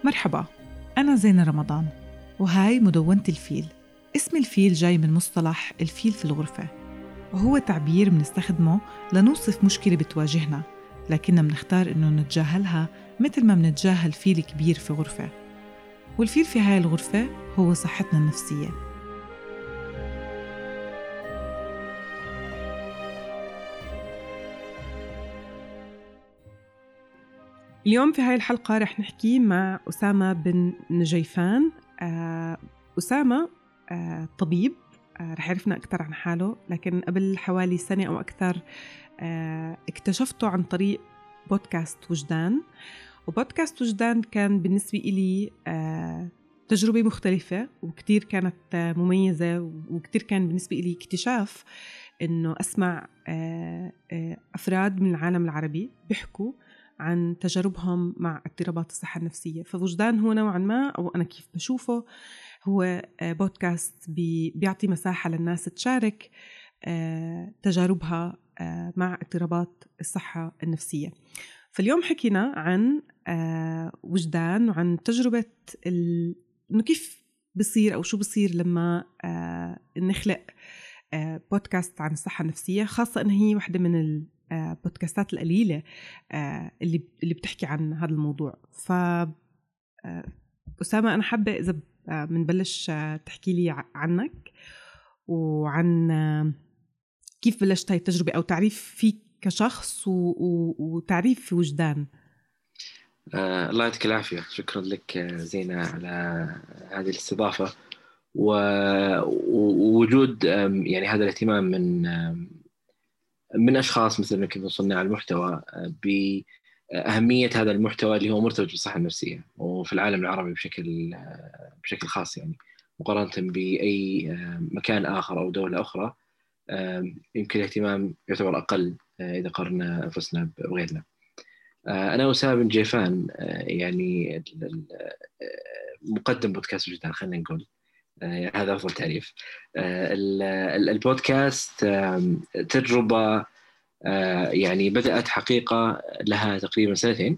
مرحبا، أنا زينة رمضان وهاي مدونة الفيل. اسم الفيل جاي من مصطلح الفيل في الغرفة، وهو تعبير منستخدمه لنوصف مشكلة بتواجهنا، لكننا منختار إنه نتجاهلها مثل ما منتجاهل فيل كبير في غرفة. والفيل في هاي الغرفة هو صحتنا النفسية. اليوم في هاي الحلقة رح نحكي مع أسامة بن نجيفان. أسامة طبيب، رح يعرفنا أكثر عن حاله، لكن قبل حوالي سنة أو أكثر اكتشفته عن طريق بودكاست وجدان. وبودكاست وجدان كان بالنسبة إلي تجربة مختلفة وكتير كانت مميزة، وكتير كان بالنسبة إلي اكتشاف إنه أسمع أفراد من العالم العربي بيحكوا عن تجاربهم مع اضطرابات الصحة النفسية. فوجدان هو نوعا ما، أو أنا كيف بشوفه، هو بودكاست بيعطي مساحة للناس تشارك تجاربها مع اضطرابات الصحة النفسية. فاليوم حكينا عن وجدان وعن تجربة إنه كيف بصير أو شو بصير لما نخلق بودكاست عن الصحة النفسية، خاصة أن هي واحدة من البودكاستات القليلة اللي بتحكي عن هذا الموضوع. أسامة، أنا حابة إذا منبلش تحكي لي عنك وعن كيف بلشت هاي التجربة، أو تعريف فيك كشخص وتعريف في وجدان. الله يعطيك العافية. شكرا لك زينة على هذه الاستضافة ووجود يعني هذا الاهتمام من أشخاص مثلنا كيف صناع المحتوى بأهمية هذا المحتوى اللي هو مرتبط بالصحة النفسية وفي العالم العربي بشكل خاص، يعني مقارنة بأي مكان آخر أو دولة أخرى يمكن الاهتمام يعتبر أقل إذا قارنا أنفسنا بغيرنا. أنا أسامة بن جيفان، يعني مقدم بودكاست وجدان، خلينا نقول هذا أفضل تعريف. البودكاست تجربة يعني بدأت حقيقة لها تقريبا سنتين.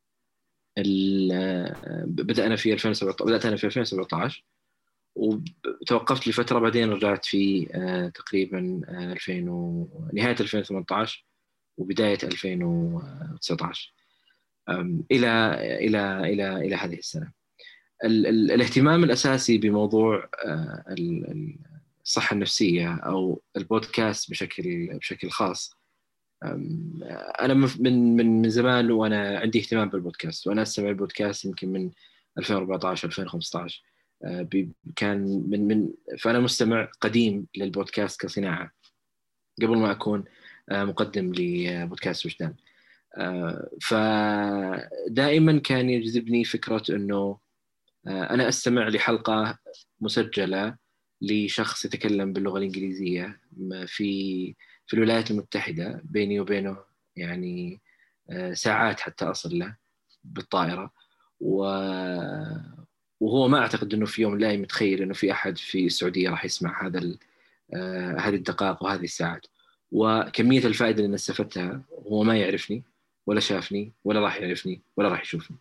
بدأت أنا في 2017 وتوقفت لفترة، بعدين رجعت في تقريبا نهاية 2018 وبداية 2019 إلى هذه السنة. الاهتمام الأساسي بموضوع الصحة النفسية أو البودكاست بشكل خاص، أنا من زمان وأنا عندي اهتمام بالبودكاست، وأنا أستمع البودكاست يمكن من 2014 2015. كان فأنا مستمع قديم للبودكاست كصناعة قبل ما أكون مقدم لبودكاست وجدان. فدائما كان يجذبني فكرة أنه أنا أستمع لحلقة مسجلة لشخص يتكلم باللغة الإنجليزية في الولايات المتحدة، بيني وبينه يعني ساعات حتى أصل له بالطائرة، وهو ما أعتقد أنه في يوم لا متخيل أنه في أحد في السعودية راح يسمع هذه الدقائق وهذه الساعات. وكمية الفائدة اللي استفدتها هو ما يعرفني ولا شافني ولا راح يعرفني ولا راح يشوفني.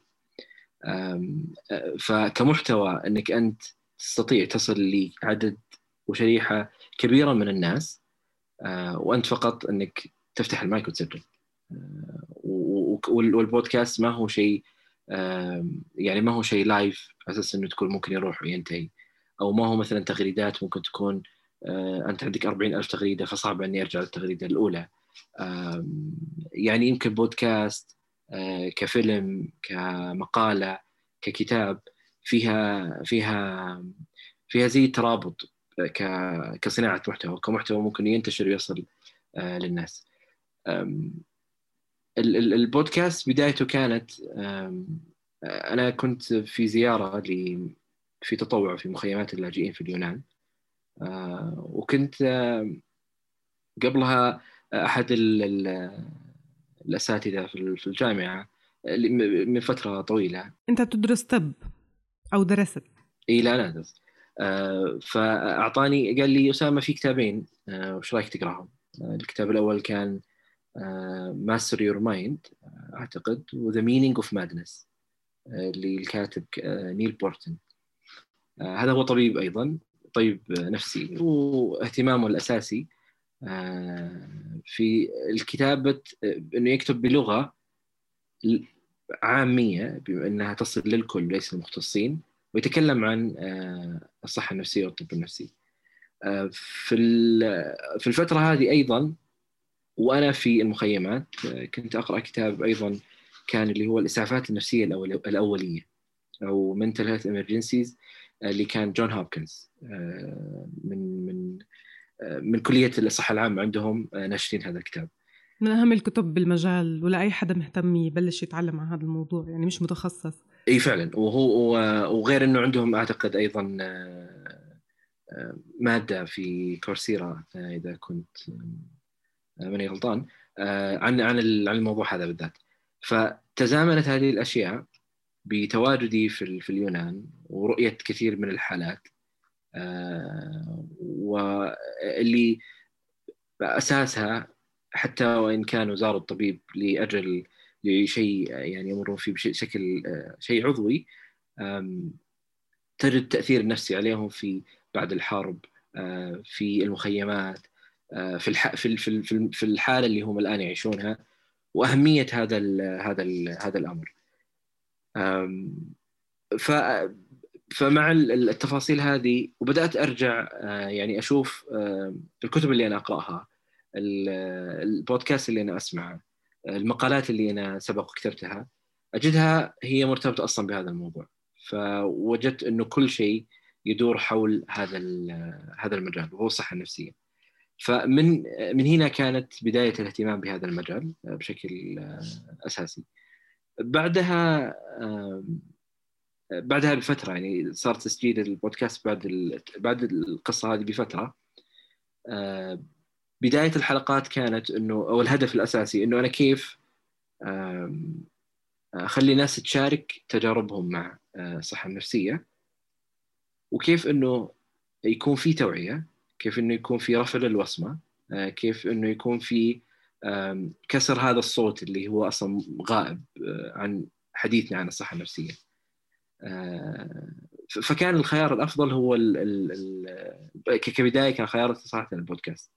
فكمحتوى أنك أنت تستطيع تصل لعدد وشريحة كبيرة من الناس، وأنت فقط أنك تفتح المايك وتسجل. والبودكاست ما هو شيء، يعني ما هو شيء لايف على أساس أنه تكون ممكن يروح وينتهي، أو ما هو مثلا تغريدات ممكن تكون أنت عندك 40,000 تغريدة فصعب أني أرجع للتغريدة الأولى. يعني يمكن بودكاست كفيلم، كمقالة، ككتاب، فيها زي ترابط كصناعة محتوى، كمحتوى ممكن ينتشر ويصل للناس. البودكاست بدايته كانت أنا كنت في زيارة في تطوع في مخيمات اللاجئين في اليونان، وكنت قبلها أحد الأساتذة في الجامعة من فترة طويلة. أنت تدرس طب أو درست؟ إيه، لا أدرس. فأعطاني، قال لي أسامة في كتابين، وش رأيك تقرأهم؟ الكتاب الأول كان Master Your Mind أعتقد، و The Meaning of Madness. للكاتب نيل بورتن. هذا هو طبيب أيضا، طبيب نفسي، واهتمامه الأساسي في الكتابة أنه يكتب بلغة عامية بما أنها تصل للكل ليس المختصين، ويتكلم عن الصحة النفسية والطب النفسي. في الفترة هذه أيضا وأنا في المخيمات كنت أقرأ كتاب أيضا كان اللي هو الإسعافات النفسية الأولية أو Mental Health Emergencies اللي كان جون هوبكنز من كلية الصحة العامة عندهم ناشرين هذا الكتاب. من أهم الكتب بالمجال، ولا أي حدا مهتم يبلش يتعلم عن هذا الموضوع، يعني مش متخصص. أي فعلا. وغير أنه عندهم أعتقد أيضا مادة في كورسيرا إذا كنت ماني غلطان عن الموضوع هذا بالذات. فتزامنت هذه الأشياء بتواجدي في اليونان ورؤية كثير من الحالات واللي أساسها حتى وإن كانوا زاروا الطبيب لأجل لشيء يعني يمرون فيه بشكل شيء عضوي، تجد التأثير النفسي عليهم في بعد الحرب، في المخيمات، في الحالة اللي هم الآن يعيشونها، وأهمية هذا الأمر. فمع التفاصيل هذه وبدأت أرجع يعني أشوف الكتب اللي أنا أقرأها، البودكاست اللي أنا أسمعه، المقالات اللي أنا سبق كتبتها، أجدها هي مرتبطة أصلا بهذا الموضوع. فوجدت أنه كل شيء يدور حول هذا المجال وهو الصحة النفسية. فمن هنا كانت بداية الاهتمام بهذا المجال بشكل أساسي. بعدها بفترة يعني صار تسجيل البودكاست بعد القصة هذه بفترة. بداية الحلقات كانت إنه أو الهدف الأساسي إنه أنا كيف أخلي ناس تشارك تجاربهم مع الصحة النفسية، وكيف إنه يكون في توعية، كيف إنه يكون في رفع للوصمة، كيف إنه يكون في كسر هذا الصوت اللي هو أصلا غائب عن حديثنا عن الصحة النفسية. فكان الخيار الأفضل هو كبداية كان خيار صراحة البودكاست.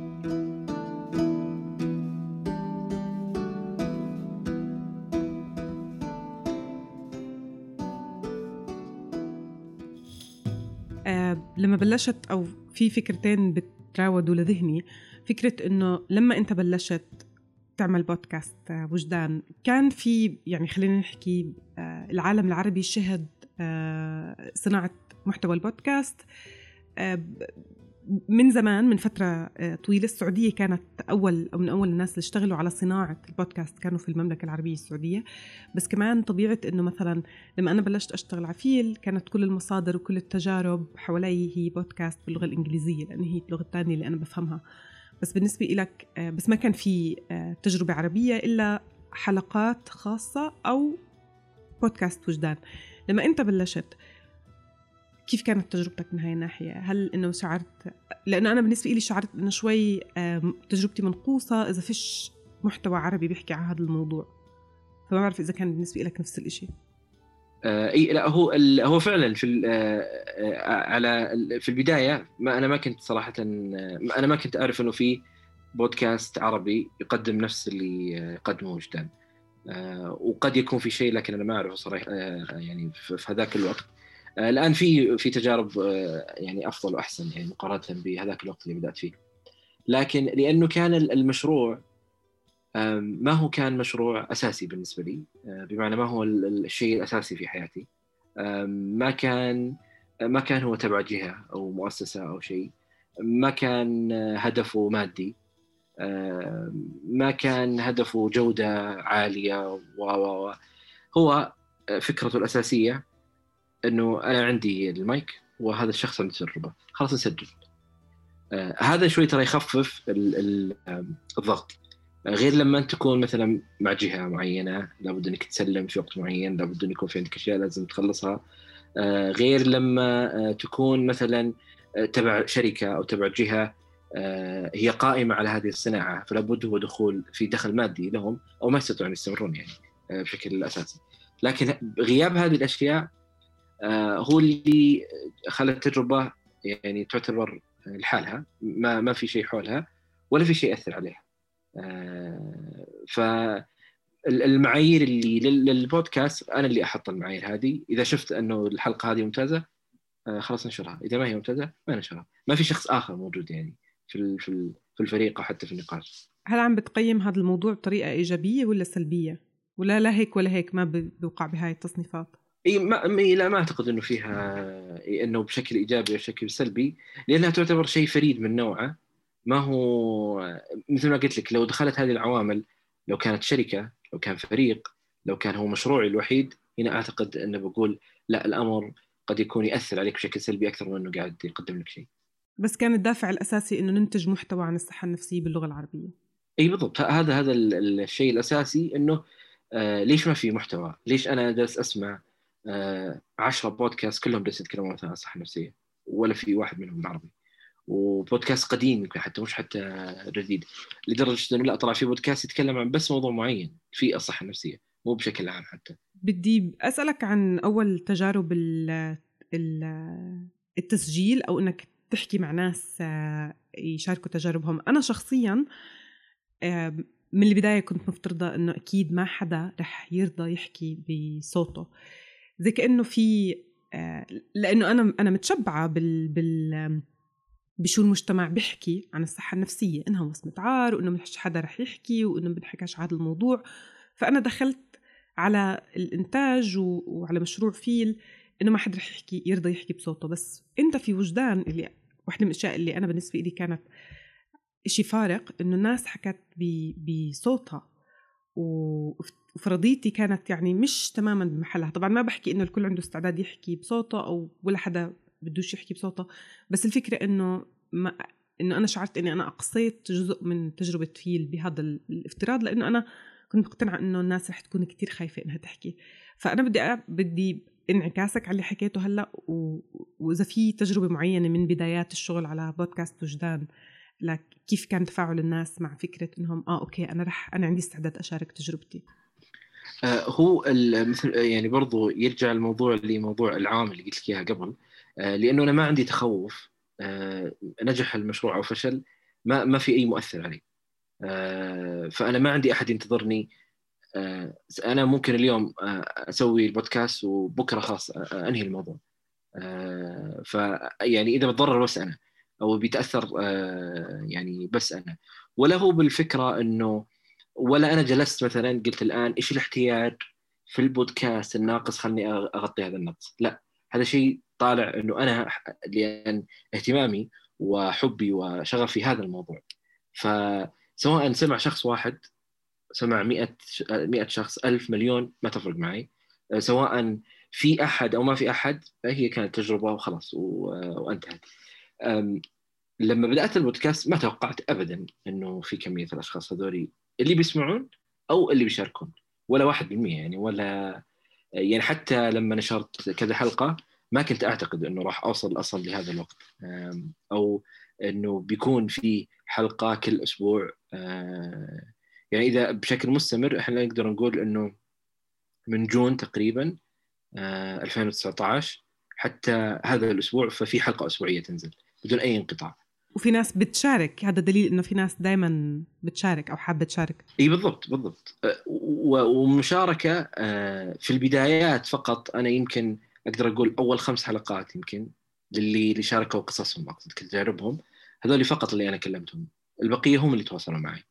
لما بلشت أو في فكرتين بتراودوا لذهني، فكرة إنه لما أنت بلشت تعمل بودكاست وجدان، كان في يعني خلينا نحكي العالم العربي شهد صناعة محتوى البودكاست من زمان، من فترة طويلة. السعودية كانت من أول الناس اللي اشتغلوا على صناعة البودكاست كانوا في المملكة العربية السعودية. بس كمان طبيعة إنه مثلا لما أنا بلشت أشتغل عفيل كانت كل المصادر وكل التجارب حوالي هي بودكاست باللغة الإنجليزية لأن هي اللغة الثانية اللي أنا بفهمها. بس بالنسبة إلك بس ما كان في تجربة عربية إلا حلقات خاصة أو بودكاست وجدان. لما أنت بلشت كيف كانت تجربتك من هاي الناحية؟ هل إنه شعرت، لأنه أنا بالنسبة لي شعرت إنه شوي تجربتي منقوصة إذا فيش محتوى عربي بيحكي عن هذا الموضوع، فما بعرف إذا كان بالنسبة لك نفس الإشي. لا هو فعلا في البداية أنا ما كنت صراحة أنا ما كنت أعرف إنه في بودكاست عربي يقدم نفس اللي يقدمه وجدان. وقد يكون في شيء لكن أنا ما أعرفه صراحة يعني في هذاك الوقت. الآن في تجارب يعني أفضل وأحسن يعني مقارنة بهذاك الوقت اللي بدأت فيه. لكن لأنه كان المشروع ما هو كان مشروع أساسي بالنسبة لي، بمعنى ما هو الشيء الأساسي في حياتي، ما كان هو تبع جهة أو مؤسسة أو شيء، ما كان هدفه مادي، ما كان هدفه جودة عالية هو فكرته الأساسية إنه أنا عندي المايك وهذا الشخص عنده تجربة، خلاص نسجل. هذا شوي ترى يخفف الضغط، غير لما أنت تكون مثلا مع جهة معينة لابد أنك تسلم في وقت معين، لابد أن يكون في عندك أشياء لازم تخلصها، غير لما تكون مثلا تبع شركة أو تبع جهة هي قائمة على هذه الصناعة، فلابد هو في دخل مادي لهم أو ما يستطيعون يستمرون يعني بشكل أساسي. لكن غياب هذه الأشياء هو اللي خلى التجربة يعني تعتبر لحالها، ما في شيء حولها ولا في شيء يأثر عليها. فالمعايير اللي للبودكاست أنا اللي أحط المعايير هذه. إذا شفت أنه الحلقة هذه ممتازة خلاص نشرها، إذا ما هي ممتازة ما نشرها. ما في شخص آخر موجود يعني في الفريق أو حتى في النقاش. هل عم بتقيم هذا الموضوع بطريقة إيجابية ولا سلبية، ولا لا هيك ولا هيك ما بيوقع بهاي التصنيفات؟ لا ما أعتقد أنه فيها أنه بشكل إيجابي أو بشكل سلبي، لأنها تعتبر شيء فريد من نوعه. ما هو مثل ما قلت لك، لو دخلت هذه العوامل، لو كانت شركة، لو كان فريق، لو كان هو مشروعي الوحيد، هنا أعتقد أنه بقول لا، الأمر قد يكون يأثر عليك بشكل سلبي أكثر من أنه قاعد يقدم لك شيء. بس كان الدافع الأساسي إنه ننتج محتوى عن الصحة النفسية باللغة العربية. أي بالضبط، هذا الشيء الأساسي. إنه ليش ما في محتوى؟ ليش أنا جالس أسمع 10 بودكاست كلهم بس يتكلمون مثلا عن الصحة النفسية ولا في واحد منهم بالعربي؟ وبودكاست قديم يمكن حتى مش حتى جديد، لدرجة إنه لا، طلع في بودكاست يتكلم عن بس موضوع معين في الصحة النفسية، مو بشكل عام حتى. بدي أسألك عن أول تجارب التسجيل، أو إنك تحكي مع ناس يشاركوا تجاربهم. أنا شخصياً من البداية كنت مفترضة إنه أكيد ما حدا رح يرضى يحكي بصوته، زي كأنه في لأنه أنا متشبعة بشو المجتمع بيحكي عن الصحة النفسية، إنها وصمة عار، وإنه مش حدا رح يحكي، وإنه ما بنحكاش عن هذا الموضوع. فأنا دخلت على الإنتاج وعلى مشروع فيل إنه ما حدا رح يرضى يحكي بصوته. بس أنت في وجدان، اللي واحدة من الأشياء اللي أنا بالنسبة لي كانت إشي فارق، إنه الناس حكت بصوتها، وفرضيتي كانت يعني مش تماماً بمحلها. طبعاً ما بحكي إنه الكل عنده استعداد يحكي بصوته أو ولا حدا بدوش يحكي بصوته، بس الفكرة إنه إنه أنا شعرت إني أنا أقصيت جزء من تجربة فيل بهذا الافتراض، لأنه أنا كنت مقتنعة إنه الناس رح تكون كتير خايفة إنها تحكي. فأنا بدي انعكاسك على اللي حكيته هلأ، وإذا في تجربة معينة من بدايات الشغل على بودكاست وجدان، كيف كان تفاعل الناس مع فكرة إنهم أوكي أنا عندي استعداد أشارك تجربتي. هو مثل يعني برضو يرجع الموضوع لموضوع العوامل اللي قلت لك إياها قبل. لأنه أنا ما عندي تخوف نجح المشروع أو فشل، ما في أي مؤثر علي. فأنا ما عندي أحد ينتظرني. أنا ممكن اليوم أسوي البودكاست وبكرة خلاص أنهي الموضوع. فيعني إذا بتضرر بس أنا، أو بيتأثر يعني بس أنا، ولا هو بالفكرة إنه، ولا أنا جلست مثلا قلت الآن إيش الاحتياج في البودكاست الناقص خلني أغطي هذا النقص. لا، هذا شيء طالع إنه أنا لأن اهتمامي وحبي وشغفي هذا الموضوع. فسواء سمع شخص واحد، سمع 100 شخص، 1000 مليون، ما تفرق معي. سواء في أحد أو ما في أحد، فهي كانت تجربة وخلاص وانتهت. لما بدأت البودكاست ما توقعت أبدا أنه في كمية الأشخاص هذولي اللي بيسمعون أو اللي بيشاركون، ولا 1% يعني. ولا يعني حتى لما نشرت كذا حلقة ما كنت أعتقد أنه راح أوصل أصلا لهذا الوقت، أو أنه بيكون في حلقة كل أسبوع. يعني إذا بشكل مستمر إحنا نقدر نقول أنه من جون تقريبا 2019 حتى هذا الأسبوع ففي حلقة أسبوعية تنزل بدون أي انقطاع. وفي ناس بتشارك، هذا دليل إنه في ناس دايما بتشارك أو حابة تشارك. اي بالضبط. ومشاركة في البدايات فقط. أنا يمكن أقدر أقول أول 5 حلقات يمكن اللي شاركوا قصصهم، أقصد تجاربهم، هذول فقط اللي أنا كلمتهم. البقية هم اللي تواصلوا معي.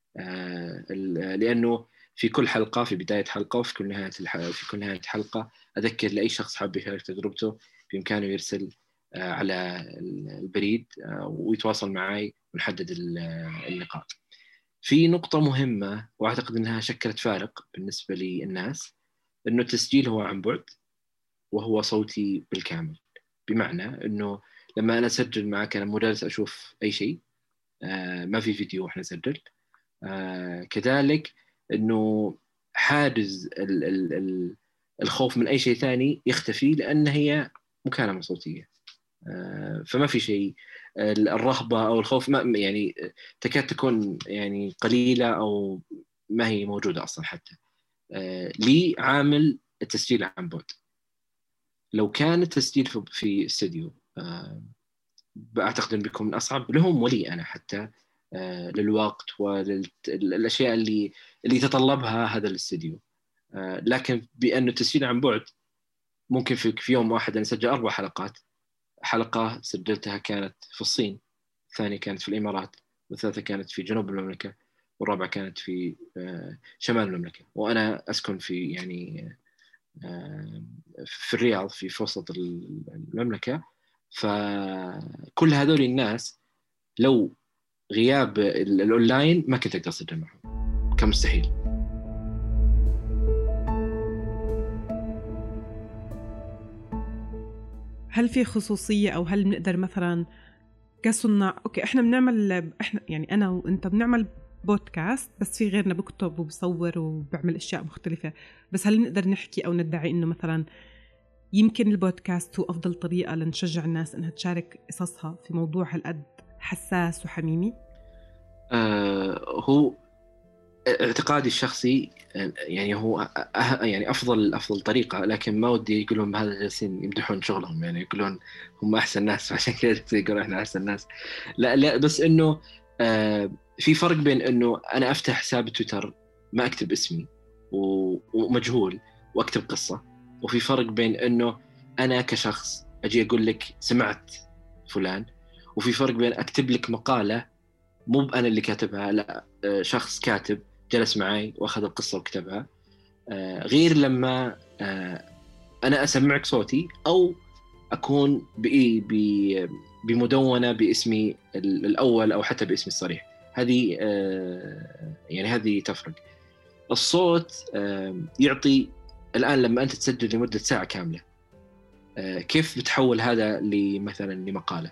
لأنه في كل حلقة، في بداية حلقة وفي كل نهاية في كل نهاية حلقة، أذكر لأي شخص حاب يشارك تجربته بإمكانه يرسل على البريد ويتواصل معي ونحدد اللقاء. في نقطة مهمة وأعتقد أنها شكلت فارق بالنسبة للناس، أنه التسجيل هو عن بعد وهو صوتي بالكامل. بمعنى أنه لما أنا أسجل معك أنا مو جالس أشوف أي شيء، ما في فيديو وإحنا نسجل. كذلك أنه حاجز الخوف من أي شيء ثاني يختفي، لأن هي مكالمة صوتية. فما في شيء الرهبة أو الخوف ما يعني تكاد تكون يعني قليلة أو ما هي موجودة أصلا حتى. لي عامل التسجيل عن بعد. لو كان التسجيل في استوديو بعتقد أن بيكون من أصعب لهم ولي أنا حتى للوقت وللأشياء اللي يتطلبها هذا الاستوديو. لكن بأنه التسجيل عن بعد ممكن في يوم واحد أنا أسجل 4 حلقات. حلقة سجلتها كانت في الصين، الثانية كانت في الإمارات، والثالثة كانت في جنوب المملكة، والرابعة كانت في شمال المملكة، وأنا أسكن في يعني في الرياض في وسط المملكة. فكل هذول الناس لو غياب الأونلاين ما كنت أقدر أسجل معهم، كان مستحيل. هل في خصوصية أو هل بنقدر مثلا كصناع أوكي إحنا بنعمل إحنا يعني أنا وأنت بنعمل بودكاست، بس في غيرنا بكتب وبصور وبعمل أشياء مختلفة، بس هل نقدر نحكي أو ندعي إنه مثلا يمكن البودكاست هو أفضل طريقة لنشجع الناس إنها تشارك قصصها في موضوع هالقد حساس وحميمي؟ هو اعتقادي الشخصي يعني هو يعني افضل طريقه، لكن ما ودي يقولون بهذا جالسين يمدحون شغلهم، يعني يقولون هم احسن ناس عشان كذا يقولون احنا احسن ناس. لا بس انه في فرق بين انه انا افتح حساب تويتر ما اكتب اسمي ومجهول واكتب قصه، وفي فرق بين انه انا كشخص اجي اقول لك سمعت فلان، وفي فرق بين اكتب لك مقاله مو انا اللي كاتبها، لا شخص كاتب جلس معي واخذ القصه وكتبها. غير لما انا اسمعك صوتي او اكون بمدونه باسمي الاول او حتى باسمي الصريح. هذه يعني هذه تفرق. الصوت يعطي الان لما انت تسجل لمده ساعه كامله، كيف بتحول هذا مثلا لمقاله؟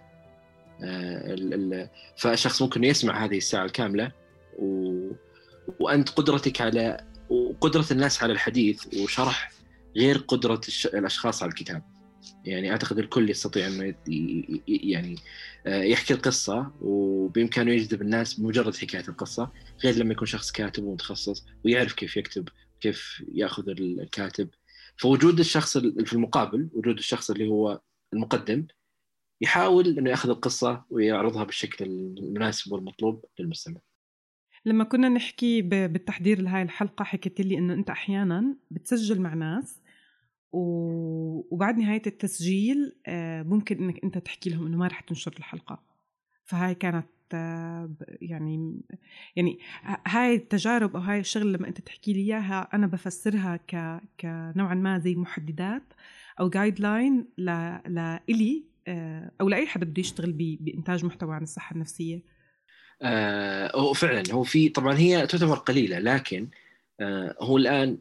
فالشخص ممكن يسمع هذه الساعه الكامله وأنت قدرتك على وقدرة الناس على الحديث وشرح غير قدرة الأشخاص على الكتاب. يعني أعتقد الكل يستطيع أنه يعني يحكي القصة وبإمكانه يجذب الناس بمجرد حكاية القصة، غير لما يكون شخص كاتب ومتخصص ويعرف كيف يكتب، كيف يأخذ الكاتب. فوجود الشخص في المقابل، وجود الشخص اللي هو المقدم، يحاول أنه يأخذ القصة ويعرضها بالشكل المناسب والمطلوب للمستمع. لما كنا نحكي بالتحضير لهاي الحلقة حكيت لي إنه أنت أحياناً بتسجل مع ناس وبعد نهاية التسجيل ممكن إنك أنت تحكي لهم إنه ما رح تنشر الحلقة. فهاي كانت يعني هاي التجارب أو هاي الشغل لما أنت تحكي لي إياها أنا بفسرها كنوعاً ما زي محددات أو جايدلاين لإلي أو لأي حدا بده يشتغل بإنتاج محتوى عن الصحة النفسية. هو فعلا هو في طبعا هي تعتبر قليلة، لكن هو الآن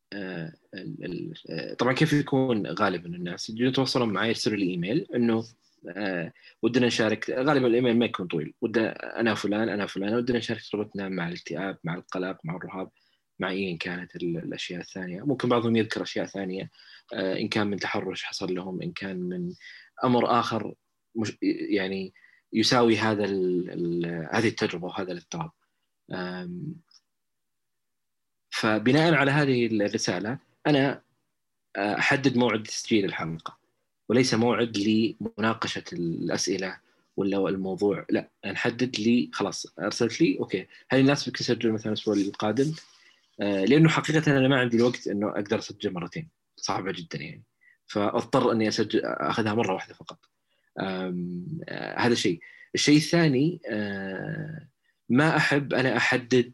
طبعا كيف يكون غالبا الناس يتواصلون معي يرسلوا لي إيميل إنه ودنا نشارك. غالبا الإيميل ما يكون طويل، ودنا أنا فلان ودنا نشارك تجربتنا مع الاكتئاب، مع القلق، مع الرهاب، مع أي كانت الأشياء الثانية. ممكن بعضهم يذكر أشياء ثانية، إن كان من تحرش حصل لهم، إن كان من أمر آخر يعني يساوي هذه التجربة وهذا الاضطراب. فبناء على هذه الرسالة أنا أحدد موعد تسجيل الحلقة، وليس موعد لمناقشة الأسئلة ولا الموضوع. لا، نحدد لي خلاص أرسلت لي أوكي هل الناس بك تسجل مثلا الأسبوع القادم، لأنه حقيقة أنا ما عندي الوقت إنه أقدر أسجل مرتين، صعبة جدا يعني، فأضطر أني أسجل أخذها مرة واحدة فقط. هذا شيء. الشيء الثاني ما أحب أنا أحدد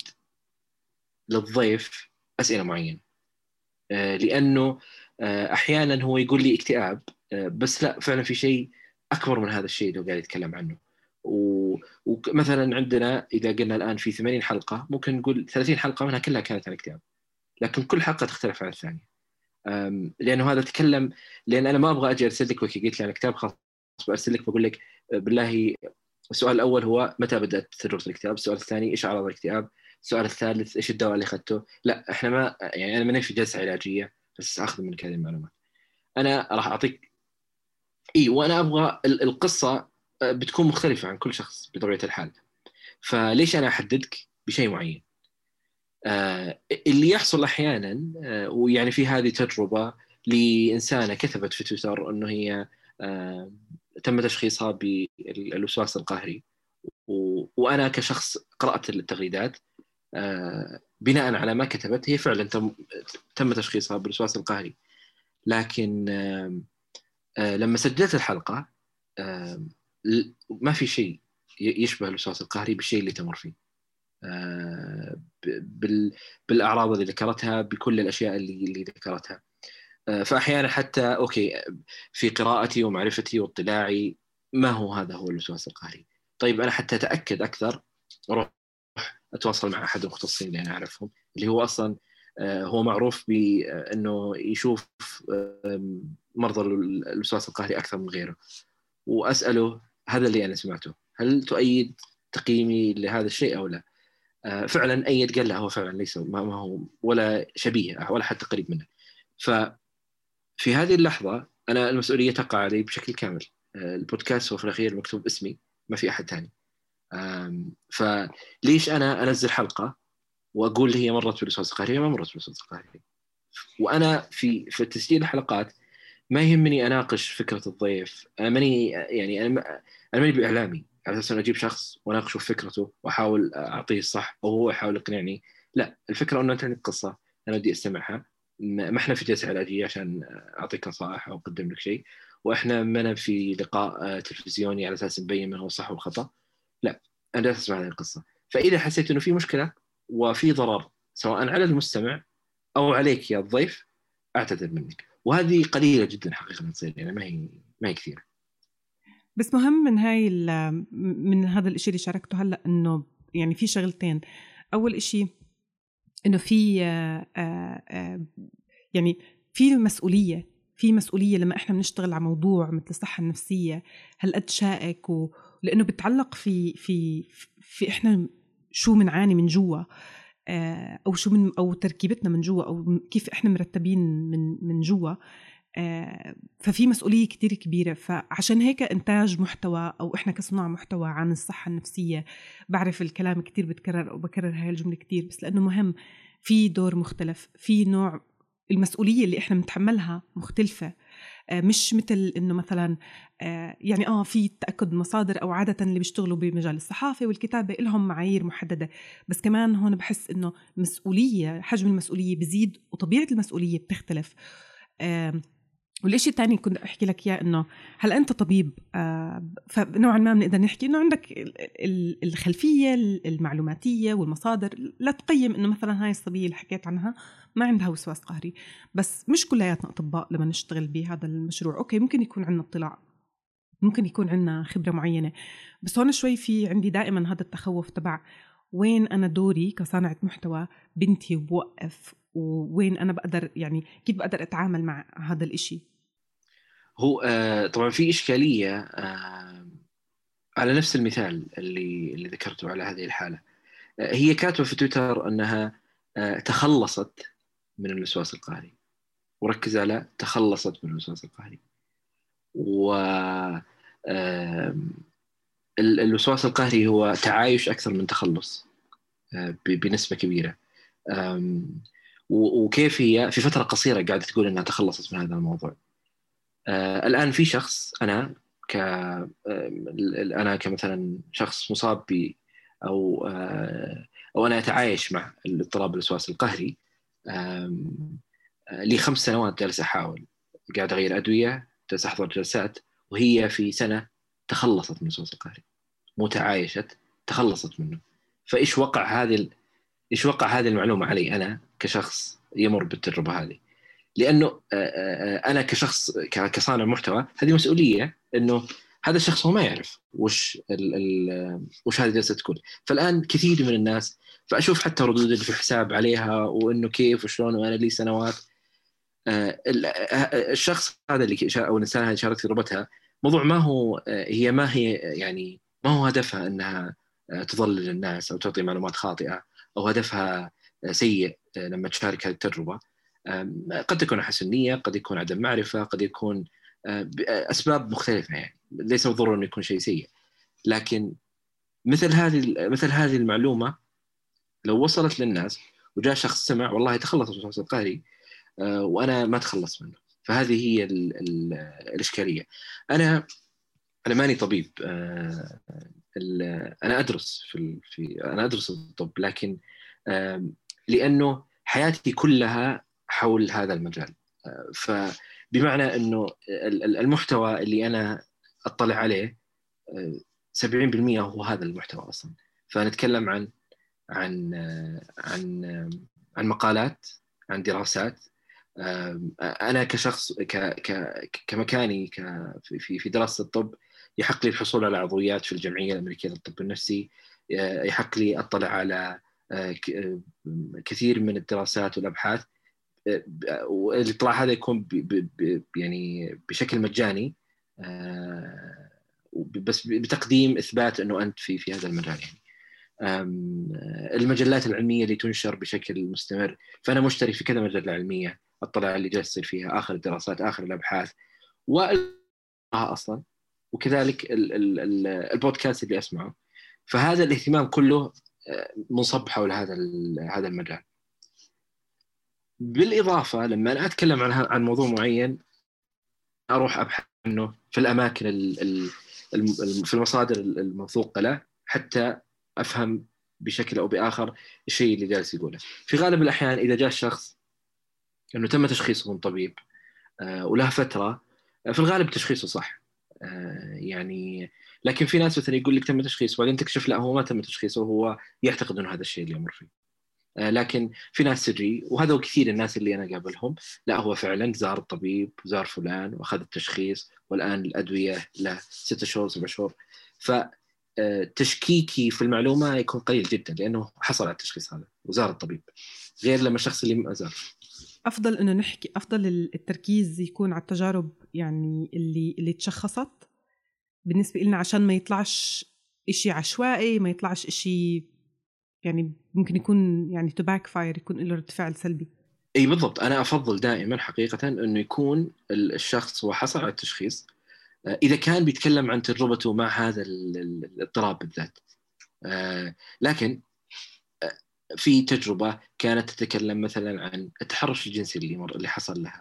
للضيف أسئلة معينة، لأنه أحيانا هو يقول لي اكتئاب، بس لا، فعلا في شيء أكبر من هذا الشيء اللي قاعد يتكلم عنه. ومثلا عندنا إذا قلنا الآن في 80 حلقة، ممكن نقول 30 حلقة منها كلها كانت عن الاكتئاب، لكن كل حلقة تختلف عن الثانية. لأنه هذا تكلم، لأن أنا ما أبغى أجي أرسل لك وكي قلت لي عن الاكتئاب خلاص بأرسل لك بقول لك بالله. السؤال الأول هو متى بدأت تجربة الاكتئاب؟ السؤال الثاني إيش أعراض الاكتئاب؟ السؤال الثالث إيش الدواء اللي أخذته؟ لا، إحنا ما يعني أنا ماني في جلسة علاجية بس أخذ منك هذه المعلومات. أنا راح أعطيك وأنا أبغى القصة بتكون مختلفة عن كل شخص بطبيعة الحال. فليش أنا أحددك بشيء معين؟ اللي يحصل أحيانا، ويعني في هذه تجربة لإنسانة كتبت في تويتر أنه هي تم تشخيصها بالوسواس القهري، وأنا كشخص قرأت التغريدات بناء على ما كتبت، هي فعلا تم تشخيصها بالوسواس القهري. لكن لما سجلت الحلقة ما في شيء يشبه الوسواس القهري بالشيء اللي تمر فيه، بالأعراض اللي ذكرتها، بكل الأشياء اللي ذكرتها. فأحيانا حتى أوكي في قراءتي ومعرفتي واطلاعي ما هو هذا هو الوسواس القهري. طيب أنا حتى أتأكد أكثر أروح أتواصل مع أحد المختصين اللي أنا أعرفهم، اللي هو أصلا هو معروف بأنه يشوف مرضى الوسواس القهري أكثر من غيره، وأسأله هذا اللي أنا سمعته، هل تؤيد تقييمي لهذا الشيء أو لا؟ فعلا أيد، قال لا هو فعلا ليس ما هو ولا شبيه ولا حتى قريب منه. ففي هذه اللحظة أنا المسؤولية تقع علي بشكل كامل. البودكاست هو في الأخير مكتوب اسمي، ما في أحد ثاني. فليش أنا أنزل حلقة وأقول هي مرت بالوسواس القهري؟ هي ما مرت بالوسواس القهري. وأنا في تسجيل الحلقات ما يهمني أناقش فكرة الضيف. أنا ماني بإعلامي على أساس أن أجيب شخص وأناقشه فكرته وأحاول أعطيه الصح أو هو يحاول يقنعني. لا، الفكرة أنه أنت عندك قصة أنا بدي أستمعها. ما إحنا في جلسة علاجية عشان أعطيك نصائح أو أقدم لك شيء، وإحنا ما في لقاء تلفزيوني على أساس نبين من هو الصح والخطأ. لا، أنا أسمع هذه القصة. فإذا حسيت أنه في مشكلة وفي ضرر سواء على المستمع أو عليك يا الضيف، أعتذر منك. وهذه قليلة جدا حقيقة تصير، يعني ما هي كثيرة. بس مهم من هذا الإشي اللي شاركته هلأ، إنه يعني في شغلتين. أول إشي إنه في يعني في مسؤولية لما إحنا بنشتغل على موضوع مثل الصحة النفسية هالقد شائك، لأنه بتعلق في إحنا شو منعاني من جوا، أو شو أو تركيبتنا من جوا، أو كيف إحنا مرتبين من جوا. ففي مسؤولية كتير كبيرة. فعشان هيك إنتاج محتوى أو إحنا كصناع محتوى عن الصحة النفسية، بعرف الكلام كتير بتكرر أو بكرر هاي الجملة كتير، بس لأنه مهم. في دور مختلف، في نوع المسؤولية اللي إحنا بنتحملها مختلفة. مش مثل إنه مثلا يعني في تأكد مصادر، أو عادة اللي بيشتغلوا بمجال الصحافة والكتابة لهم معايير محددة. بس كمان هون بحس إنه مسؤولية، حجم المسؤولية بزيد وطبيعة المسؤولية بتختلف. والإشي الثاني كنت أحكي لك إياه، إنه هل أنت طبيب، فنوعا ما بنقدر نحكي إنه عندك الخلفية المعلوماتية والمصادر لا تقيم إنه مثلا هاي الصبية اللي حكيت عنها ما عندها وسواس قهري. بس مش كلياتنا أطباء لما نشتغل بهذا المشروع. أوكي، ممكن يكون عندنا اطلاع، ممكن يكون عندنا خبرة معينة، بس هون شوي في عندي دائما هذا التخوف تبع وين أنا دوري كصانعة محتوى بنتي وبوقف، وين أنا بقدر يعني كيف بقدر أتعامل مع هذا الإشي. هو طبعا في إشكالية على نفس المثال اللي ذكرته على هذه الحالة. هي كاتبة في تويتر أنها تخلصت من الوسواس القهري، وركز على تخلصت من الوسواس القهري. و الوسواس القهري هو تعايش أكثر من تخلص بنسبة كبيرة. وكيف هي في فترة قصيرة قاعدة تقول أنها تخلصت من هذا الموضوع. الآن في شخص، أنا كمثلا شخص مصاب ب أو أنا أتعايش مع الاضطراب الوسواس القهري. لي 5 سنوات جالس أحاول، قاعد أغير أدوية، جالس أحضر جلسات، وهي في سنة تخلصت من الوسواس القهري، مو تعايشت، تخلصت منه. فإيش وقع هذه المعلومة علي أنا كشخص يمر بالتجربة هذه؟ لأنه أنا كشخص كصانع محتوى هذه مسؤولية، إنه هذا الشخص هو ما يعرف وش هذه جالسة تقول. فالآن كثير من الناس، فأشوف حتى ردود اللي في الحساب عليها، وإنه كيف وشلون، وأنا لي سنوات. الشخص هذا أو الإنسان هذه شاركت تجربتها، موضوع ما هي يعني ما هو هدفها أنها تضلل الناس أو تعطي معلومات خاطئة، أو هدفها سيء لما تشارك هذه التجربة. قد تكون حسن نية، قد يكون عدم معرفة، قد يكون أسباب مختلفة، يعني ليس بالضرورة أن يكون شيء سيء. لكن مثل هذه المعلومة لو وصلت للناس وجاء شخص سمع والله تخلص من الوسواس القهري وأنا ما تخلص منه. فهذه هي الإشكالية. أنا ماني طبيب، أنا أدرس أنا أدرس الطب، لكن لأنه حياتي كلها حول هذا المجال. فبمعنى أنه المحتوى اللي أنا أطلع عليه 70% هو هذا المحتوى أصلا. فنتكلم عن عن عن مقالات، عن دراسات. أنا كشخص كمكاني في دراسة الطب يحق لي الحصول على عضويات في الجمعية الأمريكية للطب النفسي، يحق لي أطلع على كثير من الدراسات والأبحاث، والاطلاع هذا يكون يعني بشكل مجاني، بس بتقديم إثبات أنه أنت في هذا المجال. يعني المجلات العلمية اللي تنشر بشكل مستمر، فأنا مشترك في كذا مجلة علمية أطلع اللي جالس يصير فيها، آخر الدراسات، آخر الأبحاث أصلا، وكذلك البودكاست اللي أسمعه. فهذا الاهتمام كله منصب حول هذا المجال. بالإضافة لما أنا أتكلم عن موضوع معين أروح أبحث عنه في الأماكن في المصادر الموثوقة له حتى أفهم بشكل أو بآخر الشيء اللي جالس يقوله. في غالب الأحيان إذا جاء الشخص أنه تم تشخيصه من طبيب وله فترة، في الغالب تشخيصه صح يعني. لكن في ناس مثلا يقول لك تم تشخيصه وبعدين تكشف لا هو ما تم تشخيصه، وهو يعتقد أنه هذا الشيء اللي يمر فيه. لكن في ناس تجي، وهذا كثير الناس اللي أنا قابلهم، لا هو فعلا زار الطبيب، زار فلان وأخذ التشخيص، والآن الأدوية له 6 شهور 7 شهور. فتشكيكي في المعلومة يكون قليل جدا لأنه حصل على التشخيص هذا وزار الطبيب، غير لما الشخص اللي ما زار. أفضل إنه نحكي، أفضل التركيز يكون على التجارب يعني اللي تشخصت بالنسبة لنا، عشان ما يطلعش إشي عشوائي، ما يطلعش إشي يعني ممكن يكون يعني to backfire، يكون له رد فعل سلبي. أي بالضبط. أنا أفضل دائما حقيقة أنه يكون الشخص هو حصل على التشخيص إذا كان بيتكلم عن تجربته مع هذا الاضطراب بالذات. لكن في تجربة كانت تتكلم مثلا عن التحرش الجنسي اللي حصل لها،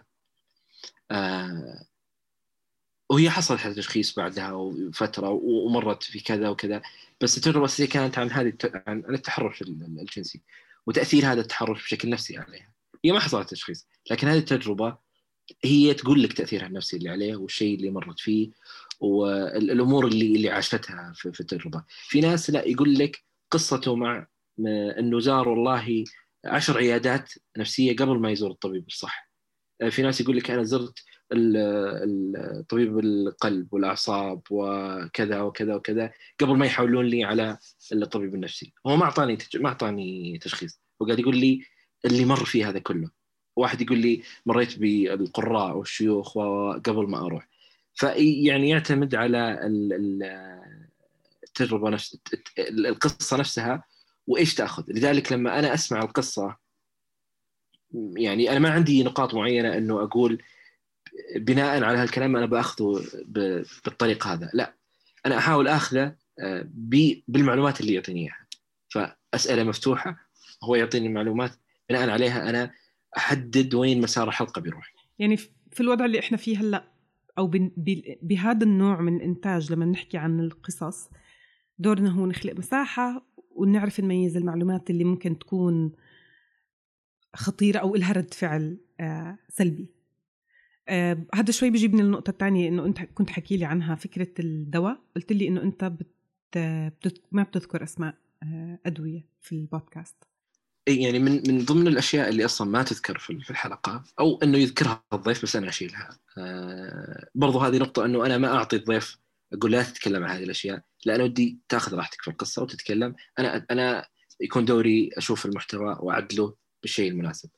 وهي حصلت على تشخيص بعدها وفترة ومرت في كذا وكذا، بس التجربة الأساسية كانت عن التحرش الجنسي وتأثير هذا التحرش بشكل نفسي عليها. هي ما حصلت تشخيص، لكن هذه التجربة هي تقول لك تأثيرها النفسي اللي عليه والشيء اللي مرت فيه والأمور اللي عاشتها في التجربة. في ناس لا يقول لك قصته مع أنه زار والله 10 عيادات نفسية قبل ما يزور الطبيب الصح. في ناس يقول لك أنا زرت الطبيب القلب والأعصاب وكذا وكذا وكذا قبل ما يحولون لي على الطبيب النفسي. هو ما أعطاني تشخيص، هو قاعد يقول لي اللي مر فيه هذا كله. واحد يقول لي مريت بالقراء والشيوخ قبل ما أروح. فيعني يعتمد على التجربة نفس القصة نفسها وإيش تأخذ. لذلك لما أنا أسمع القصة، يعني أنا ما عندي نقاط معينة أنه أقول بناء على هالكلام أنا بأخذه بالطريقة هذا، لا، أنا أحاول أخذه بالمعلومات اللي يعطيني إياها. فأسئلة مفتوحة، هو يعطيني المعلومات، بناء عليها أنا أحدد وين مسار الحلقة بيروح. يعني في الوضع اللي إحنا فيه هلأ، أو بهذا النوع من الإنتاج، لما نحكي عن القصص دورنا هو نخلق مساحة ونعرف نميز المعلومات اللي ممكن تكون خطيرة أو إلها رد فعل سلبي. هذا شوي بيجيبني للنقطة الثانية، إنه أنت كنت حكي لي عنها، فكرة الدواء. قلت لي إنه أنت ما بتذكر أسماء أدوية في البودكاست. يعني من ضمن الأشياء اللي أصلا ما تذكر في الحلقة، أو إنه يذكرها الضيف بس أنا أشيلها. برضو هذه نقطة، إنه أنا ما أعطي الضيف أقول لا تتكلم عن هذه الأشياء، لا، أنا ودي تأخذ راحتك في القصة وتتكلم. أنا يكون دوري أشوف المحتوى وأعدله بالشيء المناسب.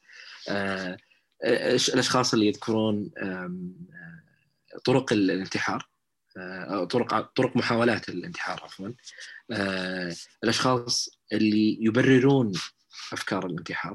الأشخاص اللي يذكرون طرق الانتحار، طرق محاولات الانتحار عفوا، الأشخاص اللي يبررون أفكار الانتحار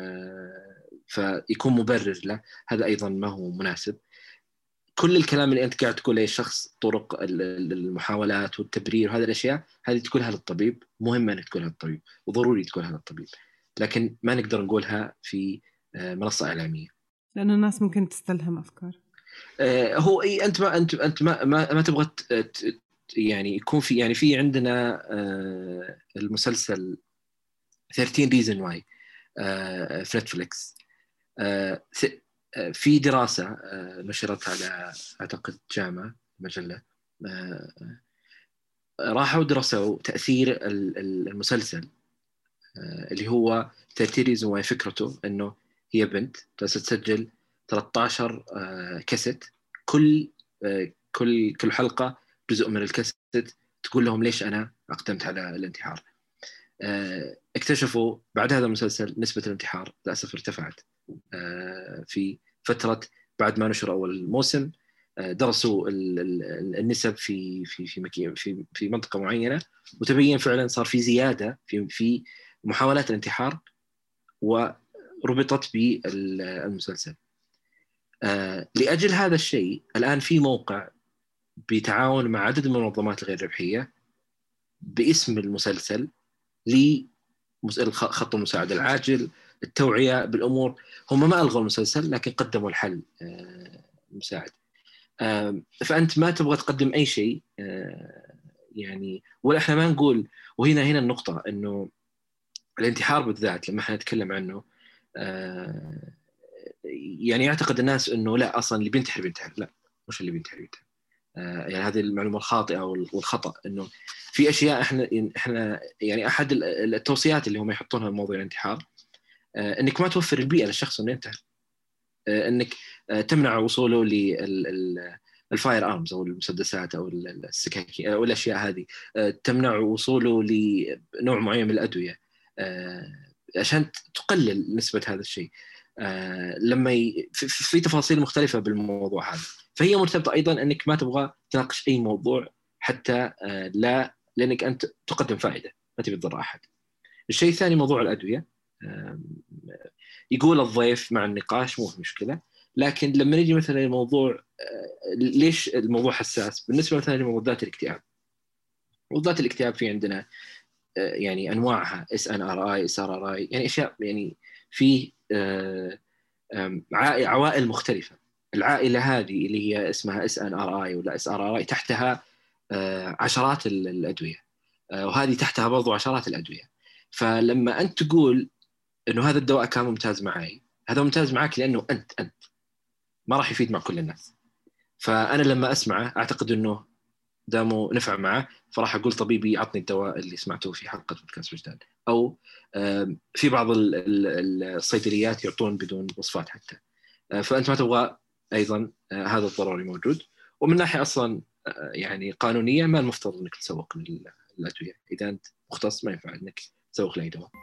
فيكون مبرر له، هذا أيضا ما هو مناسب. كل الكلام اللي أنت قاعد تقوله الشخص، طرق المحاولات والتبرير، هذه الأشياء هذه تقولها للطبيب، مهمة أنك تقولها للطبيب، وضروري تقولها للطبيب. لكن ما نقدر نقولها في منصة إعلامية، لأنه الناس ممكن تستلهم أفكار. هو أنت ما تبغى يعني يكون في، يعني في عندنا المسلسل 13 Reasons Why في نتفليكس. في دراسة نشرتها على أعتقد جامعة مجلة، راحوا درسوا تأثير المسلسل اللي هو 13 Reasons Why. فكرته أنه هي بنت تسجل 13 كاسيت، كل حلقة جزء من الكاسيت تقول لهم ليش أنا أقدمت على الانتحار. اكتشفوا بعد هذا المسلسل نسبة الانتحار للأسف ارتفعت في فترة بعد ما نشر أول موسم. درسوا النسب في منطقة معينة، وتبين فعلا صار في زيادة في محاولات الانتحار وربطت بالمسلسل. لأجل هذا الشيء الآن في موقع بتعاون مع عدد من المنظمات الغير ربحية باسم المسلسل لخط المساعدة العاجل، التوعية بالأمور. هم ما ألغوا المسلسل لكن قدموا الحل المساعد. فأنت ما تبغى تقدم أي شيء يعني، ولا إحنا ما نقول. وهنا النقطة إنه الانتحار بالذات لما إحنا نتكلم عنه يعني يعتقد الناس إنه لا، أصلا اللي بينتحر لا، مش اللي بينتحر. يعني هذه المعلومة الخاطئة والخطأ، إنه في أشياء إحنا يعني أحد التوصيات اللي هم يحطونها لموضوع الانتحار إنك ما توفر البيئة للشخص إنه ينتحر، إنك تمنع وصوله للفاير آرمز أو المسدسات أو السكاكين أو الأشياء هذه، تمنع وصوله لنوع معين من الأدوية عشان تقلل نسبة هذا الشيء. لما في تفاصيل مختلفة بالموضوع هذا. فهي مرتبطة أيضا أنك ما تبغى تناقش أي موضوع حتى لا، لأنك أنت تقدم فائدة ما تبي تضر أحد. الشيء الثاني موضوع الأدوية، يقول الضيف مع النقاش مو مشكلة، لكن لما نيجي مثلا الموضوع ليش الموضوع حساس بالنسبة مثلا لمضادات الاكتئاب. مضادات الاكتئاب في عندنا يعني أنواعها SNRI SRRI، يعني أشياء يعني في عوائل مختلفة. العائلة هذه اللي هي اسمها SNRI ولا SRRI تحتها عشرات الأدوية، وهذه تحتها برضو عشرات الأدوية. فلما أنت تقول إنه هذا الدواء كان ممتاز معي، هذا ممتاز معك لأنه أنت ما راح يفيد مع كل الناس. فأنا لما أسمعه أعتقد إنه دامه نفع معه، فراح أقول طبيبي عطني الدواء اللي سمعته في حلقة بودكاست وجدان. أو في بعض الصيدليات يعطون بدون وصفات حتى. فأنت ما تبغى أيضا هذا الضروري موجود. ومن ناحية أصلا يعني قانونية ما المفترض أنك تسوق للأدوية. إذا أنت مختص ما ينفع أنك تسوق لأي دواء.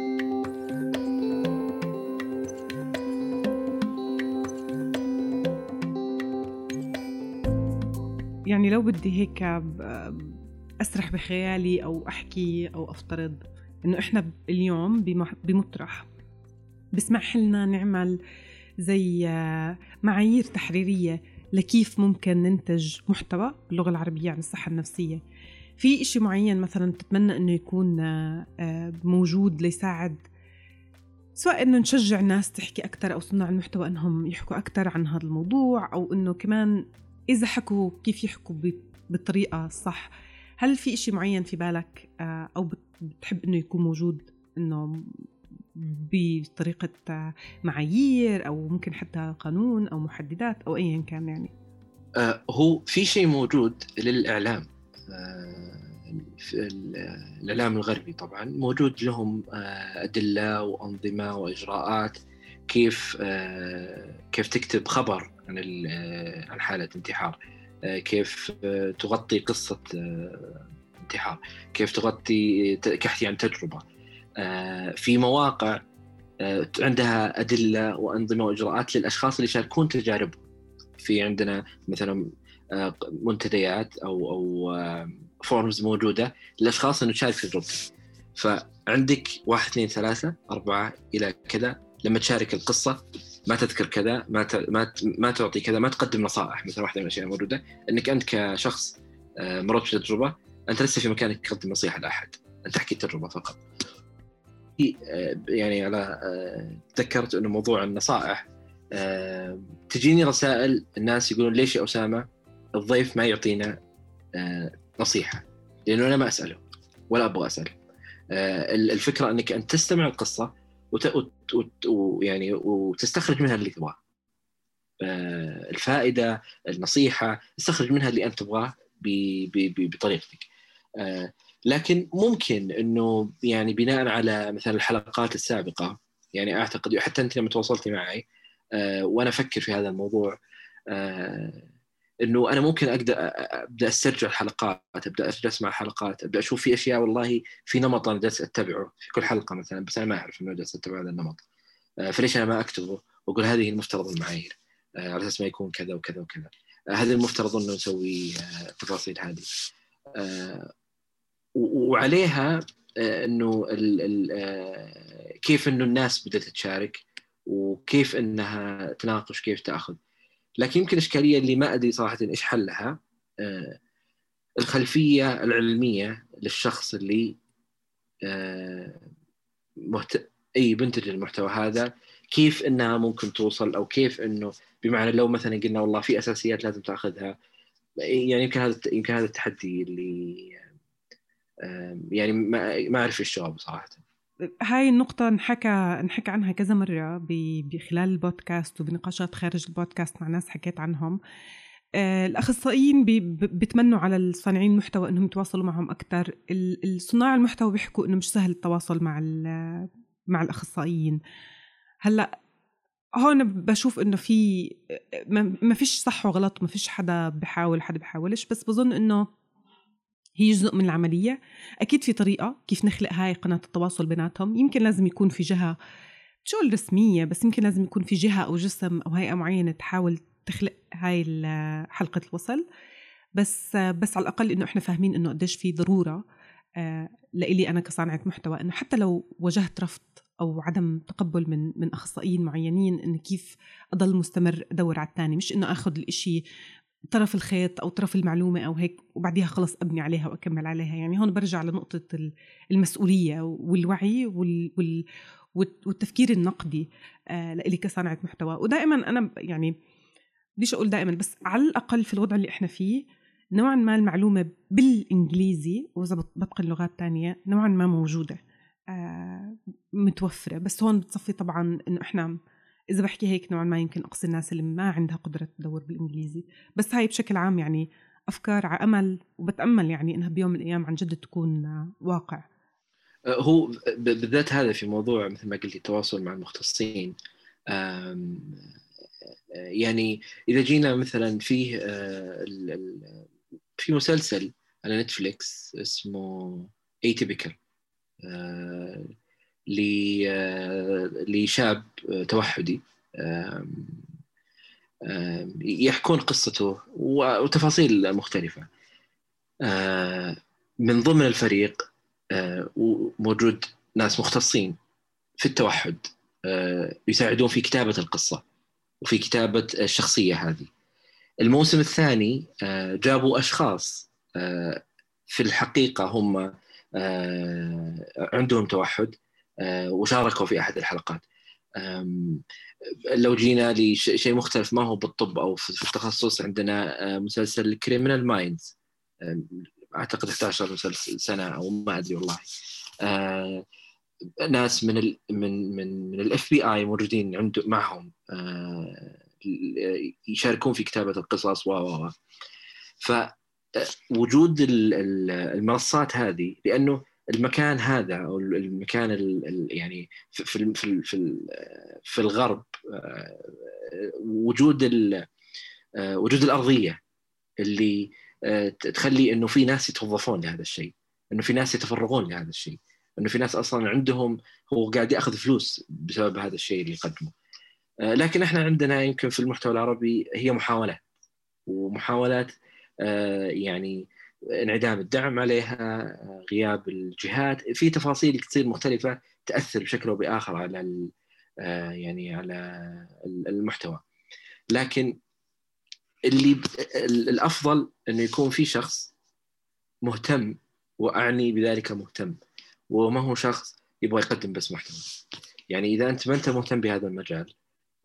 يعني لو بدي هيك أسرح بخيالي أو أحكي أو أفترض إنه إحنا اليوم بمطرح بسمح لنا نعمل زي معايير تحريرية لكيف ممكن ننتج محتوى باللغة العربية عن الصحة النفسية. في إشي معين مثلا تتمنى إنه يكون موجود ليساعد سواء إنه نشجع الناس تحكي أكتر أو صناع المحتوى إنهم يحكوا أكتر عن هذا الموضوع، أو إنه كمان إذا حكوا كيف يحكوا بالطريقة الصح؟ هل في إشي معين في بالك أو بتحب إنه يكون موجود، إنه بطريقة معايير أو ممكن حتى قانون أو محددات أو أيا كان؟ يعني هو في شيء موجود للإعلام، في الإعلام الغربي طبعا موجود لهم أدلة وأنظمة وإجراءات كيف تكتب خبر عن حالة انتحار، كيف تغطي قصة انتحار، كيف تحكي عن تجربة. في مواقع عندها أدلة وأنظمة وإجراءات للأشخاص اللي يشاركون تجاربهم. في عندنا مثلا منتديات أو فورمز موجودة للأشخاص إنه تشارك تجربتك. فعندك 1 2 3 4 إلى كذا، لما تشارك القصة ما تذكر كذا، ما تعطي كذا، ما تقدم نصائح. مثلا واحدة من الأشياء الموجودة إنك أنت كشخص مرت بتجربة، أنت لسه في مكانك تقدم نصيحة لأحد، أنت تحكي التجربة فقط. يعني على تذكرت انه موضوع النصائح، تجيني رسائل الناس يقولون ليش يا أسامة الضيف ما يعطينا نصيحة، لأنه أنا ما أسأله ولا أبغى أسأله. الفكرة أنك أن تستمع القصة ويعني وتستخرج منها اللي تبغاه، الفائدة، النصيحة، تستخرج منها اللي أنت تبغاه بطريقتك. لكن ممكن أنه يعني بناء على مثلا الحلقات السابقة، يعني أعتقد حتى أنت لما تواصلتي معي وأنا أفكر في هذا الموضوع، انه انا ممكن ابدا استرجع الحلقات، ابدا اسمع الحلقات، ابدا اشوف في اشياء والله في نمط انا جالس اتبعه في كل حلقه مثلا، بس انا ما اعرف انه جالس اتبع هذا النمط، فليش انا ما اكتبه واقول هذه المفترض المعايير على اساس ما يكون كذا وكذا وكذا، هذا المفترض انه نسوي التفاصيل هذه، وعليها انه كيف انه الناس بدات تشارك وكيف انها تناقش كيف تاخذ. لكن يمكن الإشكالية اللي ما أدري صراحة إيش حلها، الخلفية العلمية للشخص اللي أي بنتج المحتوى هذا، كيف إنها ممكن توصل، أو كيف إنه بمعنى لو مثلا قلنا والله في أساسيات لازم تأخذها، يعني يمكن هذا التحدي اللي يعني ما أعرف إيش الجواب صراحة. هاي النقطة انحكى عنها كذا مرة بخلال البودكاست وبنقاشات خارج البودكاست مع ناس حكيت عنهم. الأخصائيين بيتمنوا على الصانعين المحتوى إنهم يتواصلوا معهم أكتر. الصناع المحتوى بيحكوا إنه مش سهل التواصل مع الأخصائيين. هلأ هون بشوف إنه في ما فيش صح وغلط، ما فيش حدا بحاول حدا بحاولش، بس بظن إنه هي جزء من العملية. أكيد في طريقة كيف نخلق هاي قناة التواصل بيناتهم. يمكن لازم يكون في جهة شو الرسمية، بس يمكن لازم يكون في جهة أو جسم أو هيئة معينة تحاول تخلق هاي حلقة الوصل. بس على الأقل إنه إحنا فاهمين إنه قديش في ضرورة لإلي أنا كصانعة محتوى، إنه حتى لو واجهت رفض أو عدم تقبل من أخصائيين معينين، إنه كيف أضل مستمر أدور على الثاني، مش إنه أخذ الإشي طرف الخيط أو طرف المعلومة أو هيك وبعديها خلص أبني عليها وأكمل عليها. يعني هون برجع لنقطة المسؤولية والوعي والتفكير النقدي لإلي كصانعة محتوى. ودائما أنا يعني بديش أقول دائما، بس على الأقل في الوضع اللي إحنا فيه نوعا ما المعلومة بالإنجليزي وإذا بتقن لغات تانية نوعا ما موجودة متوفرة. بس هون بتصفي طبعا إنه إحنا إذا بحكي هيك نوعا ما يمكن أقصي الناس اللي ما عندها قدرة تدور بالإنجليزي. بس هاي بشكل عام يعني أفكار على أمل، وبتأمل يعني إنها بيوم من الأيام عن جد تكون واقع. هو بالذات هذا في موضوع مثل ما قلت التواصل مع المختصين. يعني إذا جينا مثلا فيه في مسلسل على نتفليكس اسمه Atypical، لشاب توحدي، يحكون قصته وتفاصيل مختلفة. من ضمن الفريق موجود ناس مختصين في التوحد يساعدون في كتابة القصة وفي كتابة الشخصية هذه. الموسم الثاني جابوا أشخاص في الحقيقة هم عندهم توحد وشاركوا في أحد الحلقات. لو جينا لشيء مختلف ما هو بالطب أو في التخصص، عندنا مسلسل كريمنال مايندز، أعتقد 11 مسلسل سنة أو ما أدري والله. ناس من الاف بي اي موجودين عنده معهم يشاركون في كتابة القصص فوجود المنصات هذه، لأنه المكان هذا أو المكان يعني في الغرب وجود الأرضية اللي تخلي إنه في ناس يتوظفون لهذا الشيء، إنه في ناس يتفرغون لهذا الشيء، إنه في ناس أصلاً عندهم هو قاعد يأخذ فلوس بسبب هذا الشيء اللي يقدمه. لكن إحنا عندنا يمكن في المحتوى العربي هي محاولات يعني انعدام الدعم عليها، غياب الجهات، في تفاصيل كثير مختلفة تأثر بشكل أو بآخر على يعني على المحتوى. لكن الأفضل أنه يكون في شخص مهتم، وأعني بذلك مهتم، وما هو شخص يبغى يقدم بس محتوى. يعني إذا أنت ما أنت مهتم بهذا المجال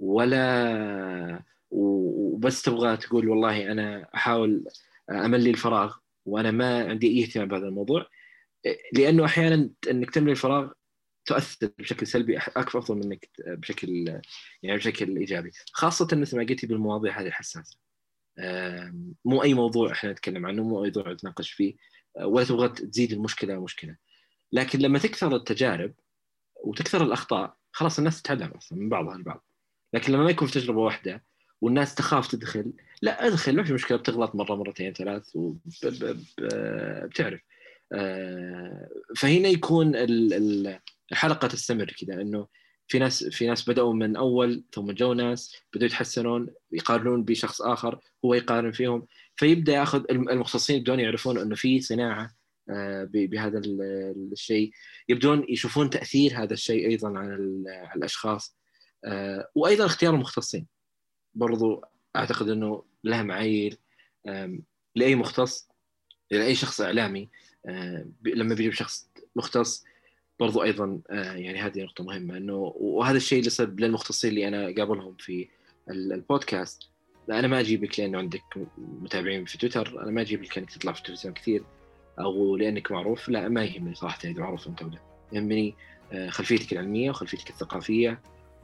وبس تبغى تقول والله أنا أحاول أملي الفراغ وأنا ما عندي أي اهتمام بهذا الموضوع، لأنه أحيانا أنك تملي الفراغ تؤثر بشكل سلبي أفضل من أنك بشكل إيجابي، خاصة مثل ما قلتي بالمواضيع هذه الحساسة. مو أي موضوع إحنا نتكلم عنه، مو أي موضوع نتناقش فيه، ولا تبغى تزيد المشكلة مشكلة. لكن لما تكثر التجارب وتكثر الأخطاء خلاص الناس تتعلم أصلا من بعضها البعض. لكن لما ما يكون في تجربة واحدة والناس تخاف تدخل، لا أدخل ما في مشكلة، بتغلط مرة مرتين ثلاث وبتعرف. فهنا يكون الحلقة تستمر كذا، إنه في ناس بدأوا من أول، ثم جو ناس بدأوا يتحسنون، يقارنون بشخص آخر هو يقارن فيهم، فيبدأ يأخذ المختصين يبدون يعرفون إنه في صناعة بهذا الشيء، يبدون يشوفون تأثير هذا الشيء أيضا على الأشخاص. وأيضا اختيار المختصين برضو أعتقد أنه له معايير لأي مختص، لأي شخص إعلامي. لما بيجيب شخص مختص برضو أيضا يعني هذه نقطة مهمة، أنه وهذا الشيء اللي صار للمختصين اللي أنا قابلهم في البودكاست. لا أنا ما أجيبك لأنه عندك متابعين في تويتر، أنا ما أجيب لك أنك تطلع في التلفزيون كثير أو لأنك معروف، لا ما يهمني صراحة إذا معروف أنت ولا، يهمني خلفيتك العلمية وخلفيتك الثقافية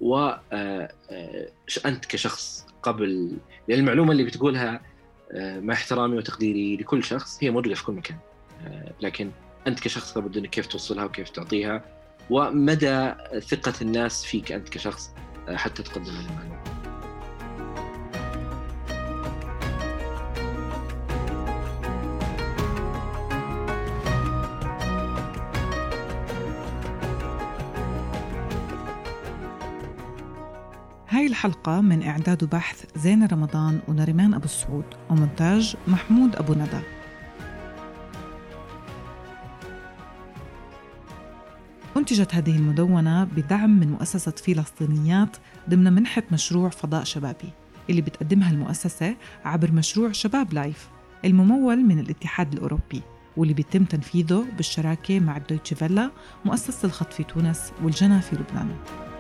وأنت كشخص قبل، لأن المعلومة اللي بتقولها مع احترامي وتقديري لكل شخص هي موجودة في كل مكان، لكن أنت كشخص لابد أنك كيف توصلها وكيف تعطيها، ومدى ثقة الناس فيك أنت كشخص حتى تقدم المعلومة. هاي الحلقة من إعداد وبحث زينة رمضان ونريمان أبو السعود، ومونتاج محمود أبو ندى. أنتجت هذه المدونة بدعم من مؤسسة فلسطينيات ضمن منحة مشروع فضاء شبابي اللي بتقدمها المؤسسة عبر مشروع شباب لايف الممول من الاتحاد الأوروبي، واللي بيتم تنفيذه بالشراكة مع الدويتشي فيلا، مؤسسة الخط في تونس، والجنة في لبنان.